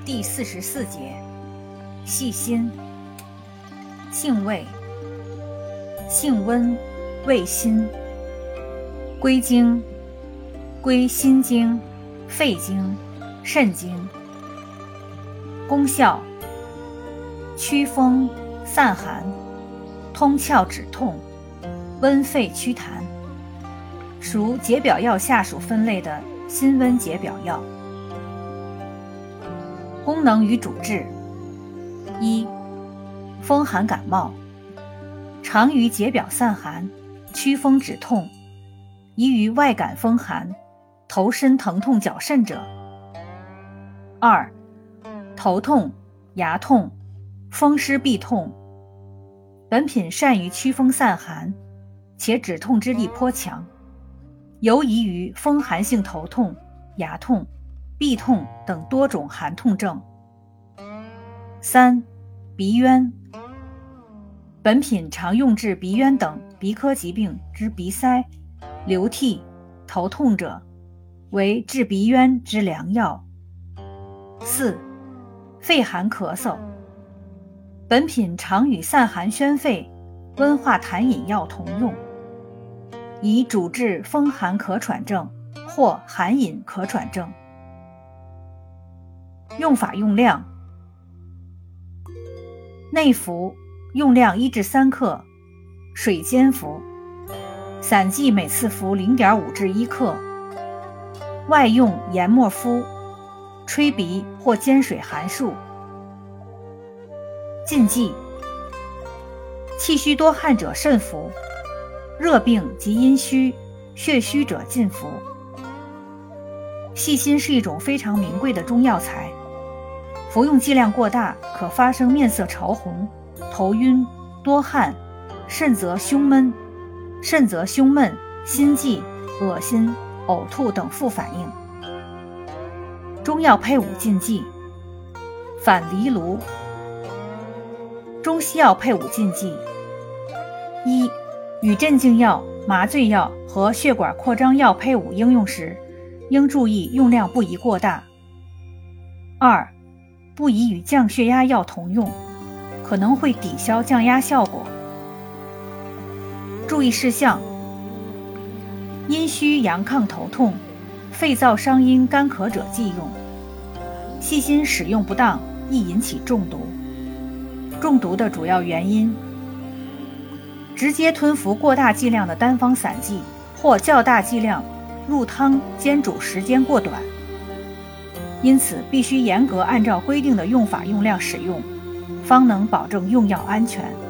第44节，细心。性味，性温，味辛。归经，归心经、肺经、肾经。功效，祛风散寒，通窍止痛，温肺祛痰，属解表药下属分类的辛温解表药。功能与主治：一、风寒感冒，常于解表散寒，祛风止痛，宜于外感风寒、头身疼痛较甚者。二、头痛、牙痛、风湿痹痛，本品善于祛风散寒，且止痛之力颇强，尤宜于风寒性头痛、牙痛、痹痛等多种寒痛症。三、鼻渊，本品常用治鼻渊等鼻科疾病之鼻塞、流涕、头痛者，为治鼻渊之良药。四、肺寒咳嗽，本品常与散寒宣肺、温化痰饮药同用，以主治风寒咳喘症或寒饮咳喘症。用法用量：内服用量1至3克，水煎服，散剂每次服 0.5 至1克，外用研末敷，吹鼻或煎水含漱。禁忌：气虚多汗者慎服，热病及阴虚、血虚者禁服。细辛是一种非常名贵的中药材，服用剂量过大，可发生面色潮红、头晕、多汗，甚则胸闷、心悸、恶心、呕吐等副反应。中药配伍禁忌：反藜芦。中西药配伍禁忌：一、与镇静药、麻醉药和血管扩张药配伍应用时，应注意用量不宜过大。二、不宜与降血压药同用，可能会抵消降压效果。注意事项：阴虚阳亢头痛、肺燥伤阴干咳者忌用。细辛使用不当，易引起中毒。中毒的主要原因：直接吞服过大剂量的单方散剂，或较大剂量入汤煎煮时间过短。因此必须严格按照规定的用法用量使用，方能保证用药安全。